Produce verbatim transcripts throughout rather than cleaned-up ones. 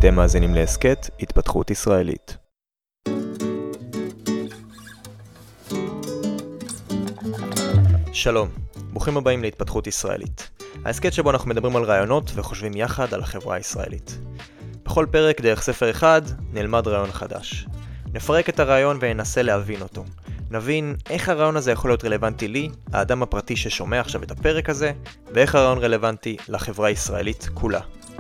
אתם מאזינים להסכת התפתחות ישראלית. שלום, ברוכים הבאים להתפתחות ישראלית. ההסכת שבו אנחנו מדברים על רעיונות וחושבים יחד על החברה הישראלית. בכל פרק דרך ספר אחד נלמד רעיון חדש. נפרק את הרעיון וננסה להבין אותו. נבין איך הרעיון הזה יכול להיות רלוונטי לי, האדם הפרטי ששומע עכשיו את הפרק הזה, ואיך הרעיון רלוונטי לחברה הישראלית כולה.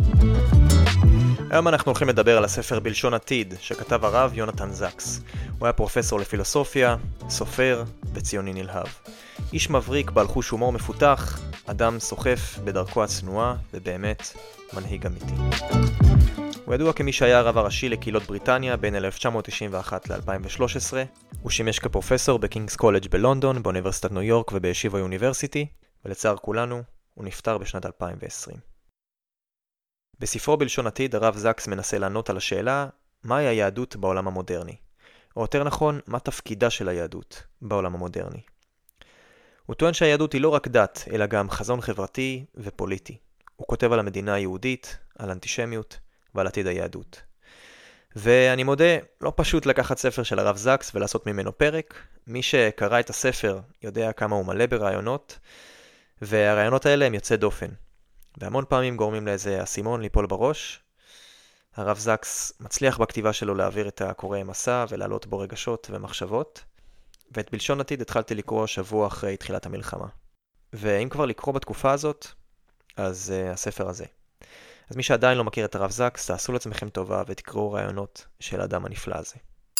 היום אנחנו הולכים לדבר על הספר בלשון עתיד שכתב הרב יונתן זקס. הוא היה פרופסור לפילוסופיה, סופר וציוני נלהב. איש מבריק בעל חוש הומור מפותח, אדם סוחף בדרכו הצנועה ובאמת מנהיג אמיתי. הוא ידוע כמי שהיה הרב הראשי לקהילות בריטניה בין אלף תשע מאות תשעים ואחת ל-אלפיים ושלוש עשרה. הוא שימש כפרופסור בקינגס קולג' בלונדון, באוניברסיטת ניו יורק ובישיבה יוניברסיטי, ולצער כולנו הוא נפטר בשנת אלפיים ועשרים. בספרו בלשון עתיד הרב זקס מנסה לענות על השאלה מהי היהדות בעולם המודרני, או יותר נכון מה תפקידה של היהדות בעולם המודרני. הוא טוען שהיהדות היא לא רק דת אלא גם חזון חברתי ופוליטי. הוא כותב על המדינה היהודית, על אנטישמיות ועל עתיד היהדות. ואני מודה, לא פשוט לקחת ספר של הרב זקס ולעשות ממנו פרק. מי שקרא את הספר יודע כמה הוא מלא ברעיונות, והרעיונות האלה הם יוצא דופן. והמון פעמים גורמים לאיזה אסימון ליפול בראש. הרב זקס מצליח בכתיבה שלו להעביר את הקורא מסע ולהעלות בו רגשות ומחשבות. ואת בלשון עתיד התחלתי לקרוא שבוע אחרי תחילת המלחמה. ואם כבר לקרוא בתקופה הזאת, אז uh, הספר הזה. אז מי שעדיין לא מכיר את הרב זקס, תעשו לעצמכם טובה ותקראו רעיונות של האדם הנפלא הזה.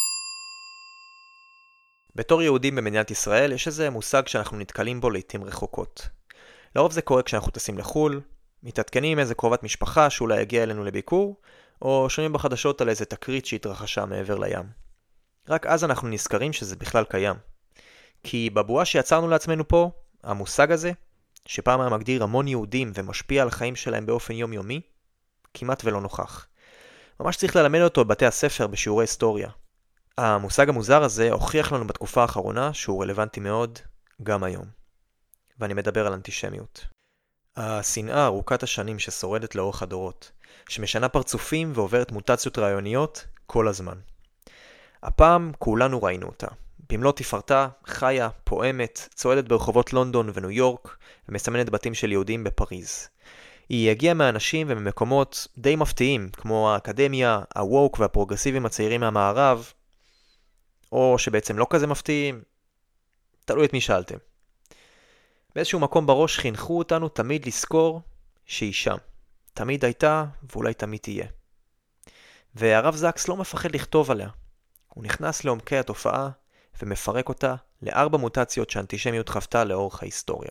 בתור יהודים במדינת ישראל יש איזה מושג שאנחנו נתקלים בו לעתים רחוקות. לרוב זה קורה כשאנחנו טסים לחול, מתעדכנים עם איזה קרובת משפחה שאולי יגיע אלינו לביקור, או שומעים בחדשות על איזה תקרית שהתרחשה מעבר לים. רק אז אנחנו נזכרים שזה בכלל קיים. כי בבועה שיצרנו לעצמנו פה, המושג הזה, שפעם היה מגדיר המון יהודים ומשפיע על החיים שלהם באופן יומיומי, כמעט ולא נוכח. ממש צריך ללמד אותו בבתי הספר בשיעורי היסטוריה. המושג המוזר הזה הוכיח לנו בתקופה האחרונה שהוא רלוונטי מאוד גם היום. ואני מדבר על אנטישמיות. השנאה ארוכת השנים ששורדת לאורך הדורות, שמשנה פרצופים ועוברת מוטציות רעיוניות כל הזמן. הפעם כולנו ראינו אותה. במלוא תפארתה, חיה, פועמת, צועדת ברחובות לונדון וניו יורק, ומסמנת בתים של יהודים בפריז. היא הגיעה מאנשים וממקומות די מפתיעים, כמו האקדמיה, הווק והפרוגרסיבים הצעירים מהמערב, או שבעצם לא כזה מפתיעים, תלוי את מי שאלתם. באיזשהו מקום בראש חינכו אותנו תמיד לזכור שהיא שם. תמיד הייתה ואולי תמיד תהיה. והרב זקס לא מפחד לכתוב עליה. הוא נכנס לעומקי התופעה ומפרק אותה לארבע מוטציות שהאנטישמיות חוותה לאורך ההיסטוריה.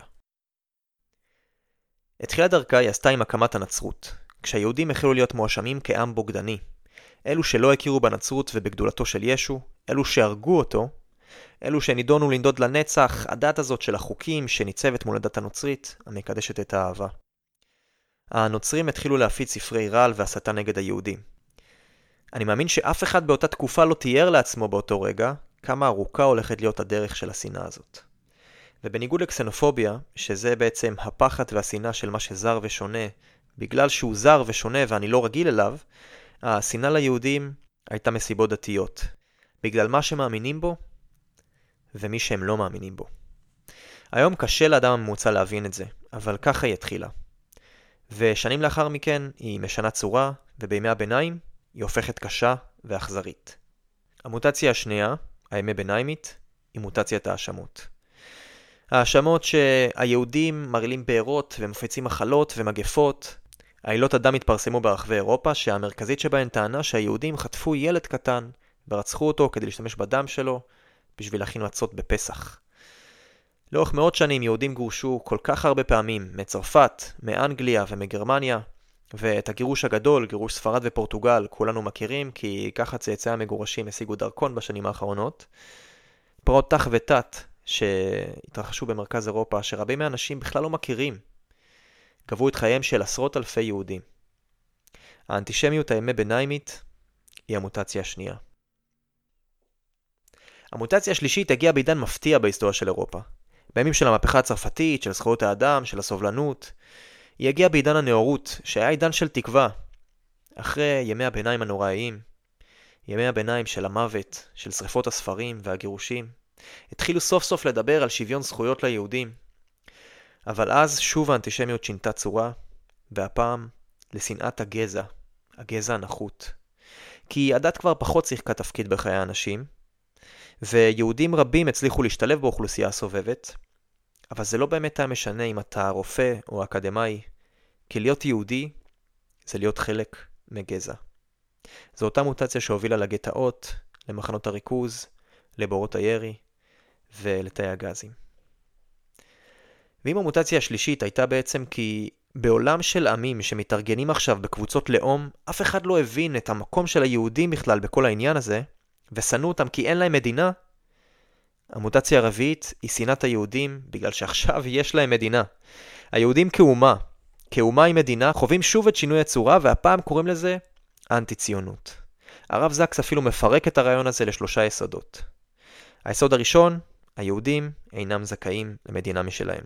את תחילת דרכה היא עשתה עם הקמת הנצרות, כשהיהודים החלו להיות מואשמים כעם בוגדני. אלו שלא הכירו בנצרות ובגדולתו של ישו, אלו שהרגו אותו, אלו שנידונו לנדוד לנצח, הדת הזאת של החוקים שניצבת מול הדת הנוצרית, המקדשת את האהבה. הנוצרים התחילו להפיץ ספרי רעל והסתה נגד היהודים. אני מאמין שאף אחד באותה תקופה לא תיאר לעצמו באותו רגע כמה ארוכה הולכת להיות הדרך של השנאה הזאת. ובניגוד לקסנופוביה, שזה בעצם הפחד והשנאה של מה שזר ושונה, בגלל שהוא זר ושונה ואני לא רגיל אליו, השנאה ליהודים הייתה מסיבות דתיות, בגלל מה שמאמינים בו ומי שהם לא מאמינים בו. היום קשה לאדם הממוצע להבין את זה, אבל ככה היא התחילה. ושנים לאחר מכן היא משנה צורה, ובימי הביניים היא הופכת קשה ואכזרית. המוטציה השנייה, הימי ביניימית, היא מוטציית האשמות. האשמות שהיהודים מרעילים בעירות ומפיצים מחלות ומגפות. העילות הדם התפרסמו ברחבי אירופה, שהמרכזית שבהן טענה שהיהודים חטפו ילד קטן ורצחו אותו כדי להשתמש בדם שלו בשביל להכין מצות בפסח. לאורך מאות שנים יהודים גורשו כל כך הרבה פעמים מצרפת, מאנגליה ומגרמניה, ואת הגירוש הגדול, גירוש ספרד ופורטוגל, כולנו מכירים, כי ככה צאצאי המגורשים השיגו דרכון בשנים האחרונות. פרעות תח ותת שהתרחשו במרכז אירופה, שרבים מהאנשים בכלל לא מכירים, גבו את חייהם של עשרות אלפי יהודים. האנטישמיות הימי ביניימית היא המוטציה השנייה. המוטציה השלישית הגיעה בעידן מפתיע בהיסטוריה של אירופה. בימים של המהפכה הצרפתית, של זכויות האדם, של הסובלנות, היא הגיעה בעידן הנאורות, שהיה עידן של תקווה. אחרי ימי הביניים הנוראיים, ימי הביניים של המוות, של שריפות הספרים והגירושים, התחילו סוף סוף לדבר על שוויון זכויות ליהודים. אבל אז שוב האנטישמיות שינתה צורה, והפעם לשנאת הגזע, הגזע הנחות. כי הדת כבר פחות שיחקה תפקיד בחיי האנשים, ויהודים רבים הצליחו להשתלב באוכלוסייה הסובבת, אבל זה לא באמת היה משנה אם אתה רופא או אקדמאי, כי להיות יהודי זה להיות חלק מגזע. זו אותה מוטציה שהובילה לגטאות, למחנות הריכוז, לבורות הירי ולתאי הגזים. ואם המוטציה השלישית הייתה בעצם כי בעולם של עמים שמתארגנים עכשיו בקבוצות לאום, אף אחד לא הבין את המקום של היהודים בכלל בכל העניין הזה, ושנאו אותם כי אין להם מדינה, המוטציה הרביעית היא שנאת היהודים בגלל שעכשיו יש להם מדינה. היהודים כאומה, כאומה עם מדינה, חווים שוב את שינוי הצורה, והפעם קוראים לזה אנטי-ציונות. הרב זקס אפילו מפרק את הרעיון הזה לשלושה יסודות. היסוד הראשון, היהודים אינם זכאים למדינה משלהם.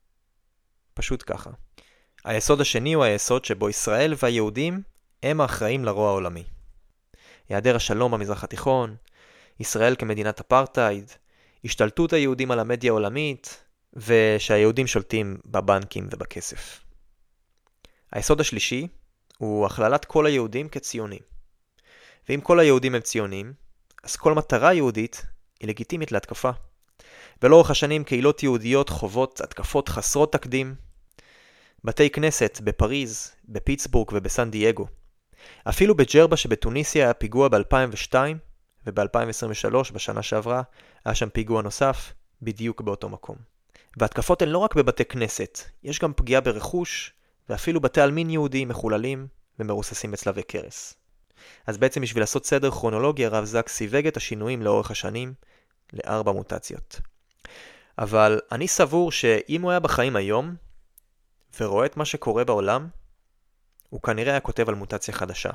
פשוט ככה. היסוד השני הוא היסוד שבו ישראל והיהודים הם האחראים לרוע העולמי. היעדר השלום במזרח התיכון, ישראל כמדינת אפרטהייד, השתלטות היהודים על המדיה העולמית, ושהיהודים שולטים בבנקים ובכסף. היסוד השלישי הוא הכללת כל היהודים כציונים. ואם כל היהודים הם ציונים, אז כל מטרה יהודית היא לגיטימית להתקפה. ולאורך השנים קהילות יהודיות חוות התקפות חסרות תקדים. בתי כנסת בפריז, בפיטסבורג ובסן דייגו. אפילו בג'רבה שבטוניסיה היה פיגוע ב-אלפיים ושתיים, וב-אלפיים עשרים ושלוש, בשנה שעברה, היה שם פיגוע נוסף, בדיוק באותו מקום. והתקפות הן לא רק בבתי כנסת, יש גם פגיעה ברכוש, ואפילו בתי עלמין יהודיים מחוללים ומרוססים בצלבי קרס. אז בעצם בשביל לעשות סדר כרונולוגי, הרב זקס סיווג את השינויים לאורך השנים לארבע מוטציות. אבל אני סבור שאם הוא היה בחיים היום, ורואה את מה שקורה בעולם, הוא כנראה היה כותב על מוטציה חדשה.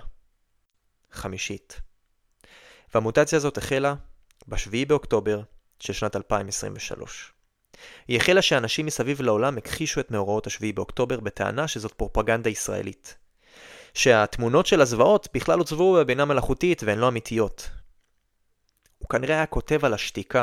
חמישית. והמוטציה הזאת החלה בשביעי באוקטובר של שנת אלפיים עשרים ושלוש. היא החלה שאנשים מסביב לעולם הכחישו את מאורעות השביעי באוקטובר בטענה שזאת פרופגנדה ישראלית. שהתמונות של הזוועות בכלל הוצבו בבינה מלאכותית והן לא אמיתיות. הוא כנראה היה כותב על השתיקה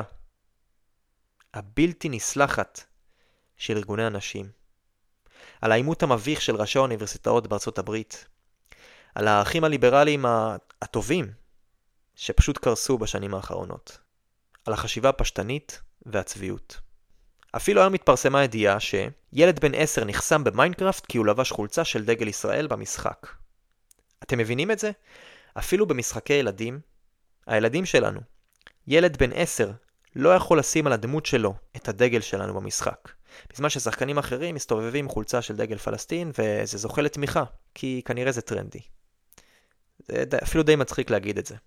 הבלתי נסלחת של ארגוני הנשים. על העימות המביך של ראשי האוניברסיטאות בארצות הברית. על הערכים הליברליים הטובים שפשוט קרסו בשנים האחרונות. על החשיבה הפשטנית והצביעות. אפילו היום מתפרסמה ידיעה שילד בן עשר נחסם במיינקראפט כי הוא לבש חולצה של דגל ישראל במשחק. אתם מבינים את זה? אפילו במשחקי ילדים, הילדים שלנו, ילד בן עשר לא יכול לשים על הדמות שלו את הדגל שלנו במשחק. בזמן ששחקנים אחרים מסתובבים חולצה של דגל פלסטין וזה זוכה לתמיכה, כי כנראה זה טרנדי. זה אפילו די מצחיק להגיד את זה.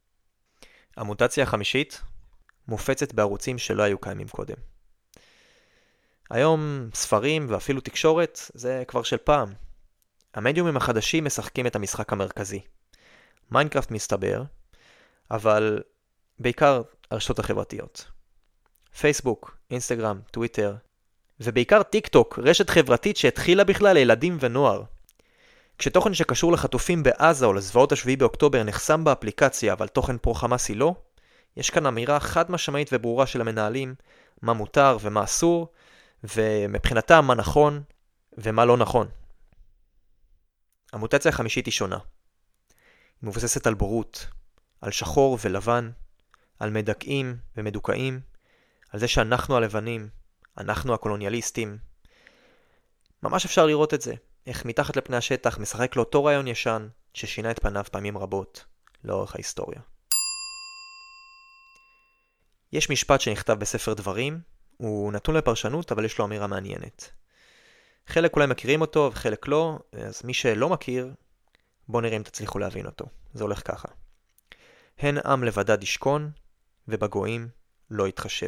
המוטציה החמישית מופצת בערוצים שלא היו קיימים קודם. היום ספרים ואפילו תקשורת זה כבר של פעם. המדיומים החדשים משחקים את המשחק המרכזי. מיינקראפט מסתבר, אבל בעיקר הרשתות החברתיות. פייסבוק, אינסטגרם, טוויטר, ובעיקר טיק טוק, רשת חברתית שהתחילה בכלל לילדים ונוער. כשתוכן שקשור לחטופים בעזה או לזוועות השביעי באוקטובר נחסם באפליקציה, אבל תוכן פרו-חמאסי לא, יש כאן אמירה חד משמעית וברורה של המנהלים, מה מותר ומה אסור, ומבחינתם מה נכון ומה לא נכון. המוטציה החמישית היא שונה. היא מבוססת על בורות, על שחור ולבן, על מדכאים ומדוכאים, על זה שאנחנו הלבנים, אנחנו הקולוניאליסטים. ממש אפשר לראות את זה, איך מתחת לפני השטח משחק לאותו רעיון ישן ששינה את פניו פעמים רבות לאורך ההיסטוריה. יש משפט שנכתב בספר דברים, הוא נתון לפרשנות אבל יש לו אמירה מעניינת. חלק אולי מכירים אותו וחלק לא, אז מי שלא מכיר, בוא נראה אם תצליחו להבין אותו. זה הולך ככה. הן עם לבדד ישכון ובגויים לא יתחשב.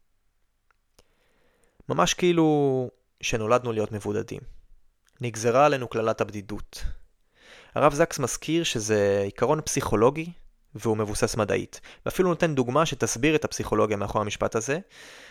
ממש כאילו שנולדנו להיות מבודדים. נגזרה עלינו כללת הבדידות. הרב זקס מזכיר שזה עיקרון פסיכולוגי והוא מבוסס מדעית. ואפילו נותן דוגמה שתסביר את הפסיכולוגיה מאחורי המשפט הזה.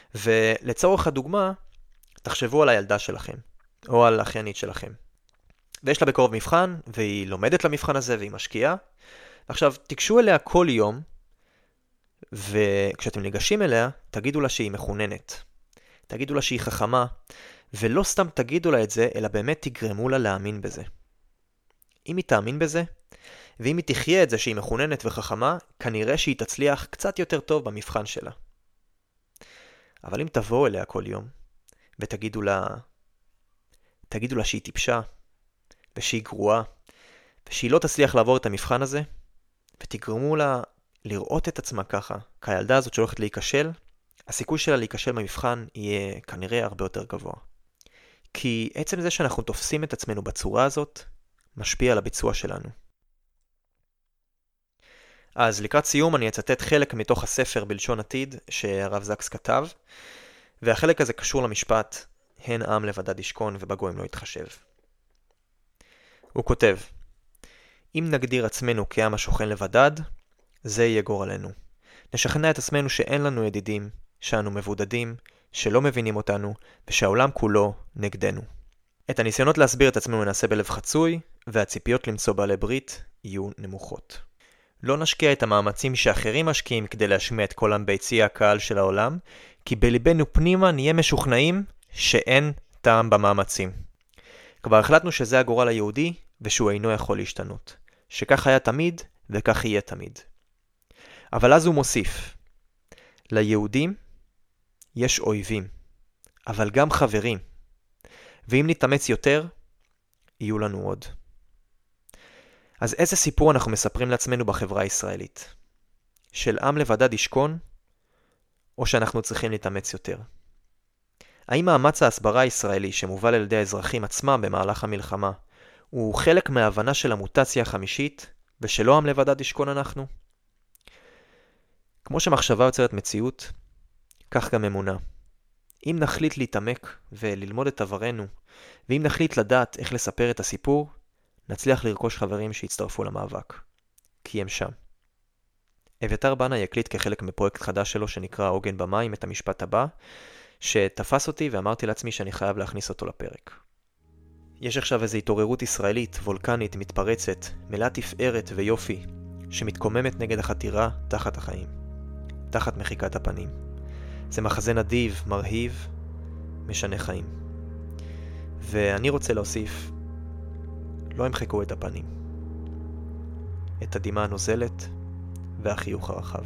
ולצורך הדוגמה, תחשבו על הילדה שלכם, או על האחיינית שלכם. ויש לה בקרוב מבחן, והיא לומדת למבחן הזה והיא משקיעה. עכשיו, תיגשו אליה כל יום, וכשאתם ניגשים אליה, תגידו לה שהיא מחוננת. תגידו לה שהיא חכמה, ולא סתם תגידו לה את זה, אלא באמת תגרמו לה להאמין בזה. אם היא תאמין בזה, ואם היא תחיה את זה שהיא מחוננת וחכמה, כנראה שהיא תצליח קצת יותר טוב במבחן שלה. אבל אם תבואו אליה כל יום, ותגידו לה, תגידו לה שהיא טיפשה, ושהיא גרועה, ושהיא לא תצליח לעבור את המבחן הזה, ותגרמו לה לראות את עצמה ככה, כילדה הזאת שהולכת להיכשל, הסיכוי שלה להיכשל במבחן יהיה כנראה הרבה יותר גבוה. כי עצם זה שאנחנו תופסים את עצמנו בצורה הזאת, משפיע על הביצוע שלנו. אז לקראת סיום אני אצטט חלק מתוך הספר בלשון עתיד שהרב זקס כתב, והחלק הזה קשור למשפט, הן עם לבדד ישכון ובגויים לא יתחשב. הוא כותב, אם נגדיר עצמנו כעם השוכן לבדד, זה יהיה גורלנו. נשכנע את עצמנו שאין לנו ידידים, שאנו מבודדים, שלא מבינים אותנו, ושהעולם כולו נגדנו. את הניסיונות להסביר את עצמנו נעשה בלב חצוי, והציפיות למצוא בעלי ברית יהיו נמוכות. לא נשקיע את המאמצים שאחרים משקיעים כדי להשמיע את קולם ביציע הקהל של העולם, כי בליבנו פנימה נהיה משוכנעים שאין טעם במאמצים. כבר החלטנו שזה הגורל היהודי, ושהוא אינו יכול להשתנות. שכך היה תמיד, וכך יהיה תמיד. אבל אז הוא מוסיף, ליהודים יש אויבים, אבל גם חברים. ואם נתאמץ יותר, יהיו לנו עוד. אז איזה סיפור אנחנו מספרים לעצמנו בחברה הישראלית? של עם לבדד ישכון, או שאנחנו צריכים להתאמץ יותר? האם מאמץ ההסברה הישראלי שמובל על ידי האזרחים עצמם במהלך המלחמה, הוא חלק מההבנה של המוטציה החמישית, ושלא עם לבדד ישכון אנחנו? כמו שמחשבה יוצרת מציאות, כך גם אמונה. אם נחליט להתעמק וללמוד את עברנו, ואם נחליט לדעת איך לספר את הסיפור, נצליח לרכוש חברים שיצטרפו למאבק. כי הם שם. אביתר בנה יקליט כחלק מפרויקט חדש שלו שנקרא עוגן במים את המשפט הבא, שתפס אותי ואמרתי לעצמי שאני חייב להכניס אותו לפרק. יש עכשיו איזו התעוררות ישראלית, וולקנית, מתפרצת, מלאה תפארת ויופי, שמתקוממת נגד החתירה תחת החיים, תחת מחיקת הפנים. זה מחזה נדיב, מרהיב, משנה חיים. ואני רוצה להוסיף, לא ימחקו את הפנים, את הדמעה הנוזלת והחיוך הרחב.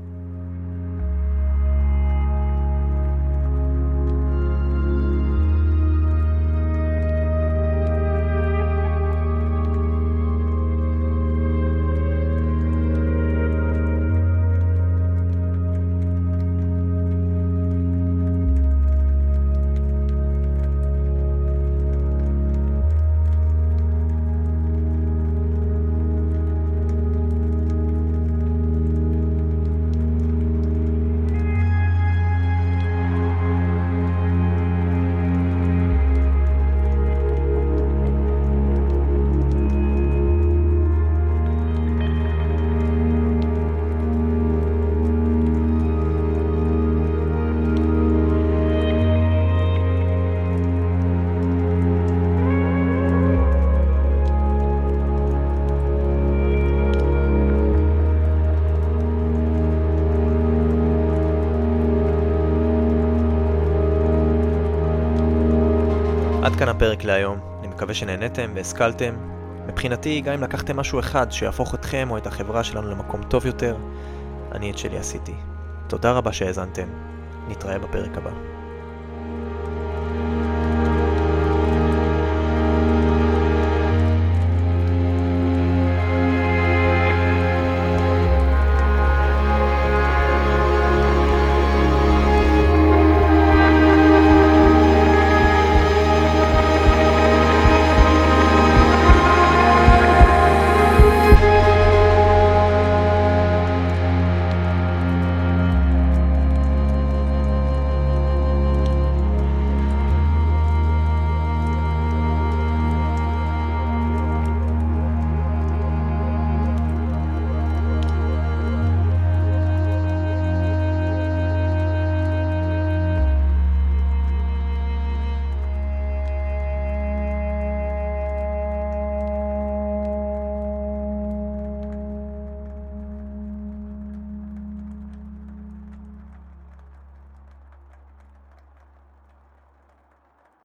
עד כאן הפרק להיום, אני מקווה שנהנתם והשכלתם. מבחינתי, גם אם לקחתם משהו אחד שיהפוך אתכם או את החברה שלנו למקום טוב יותר, אני את שלי עשיתי. תודה רבה שהאזנתם, נתראה בפרק הבא.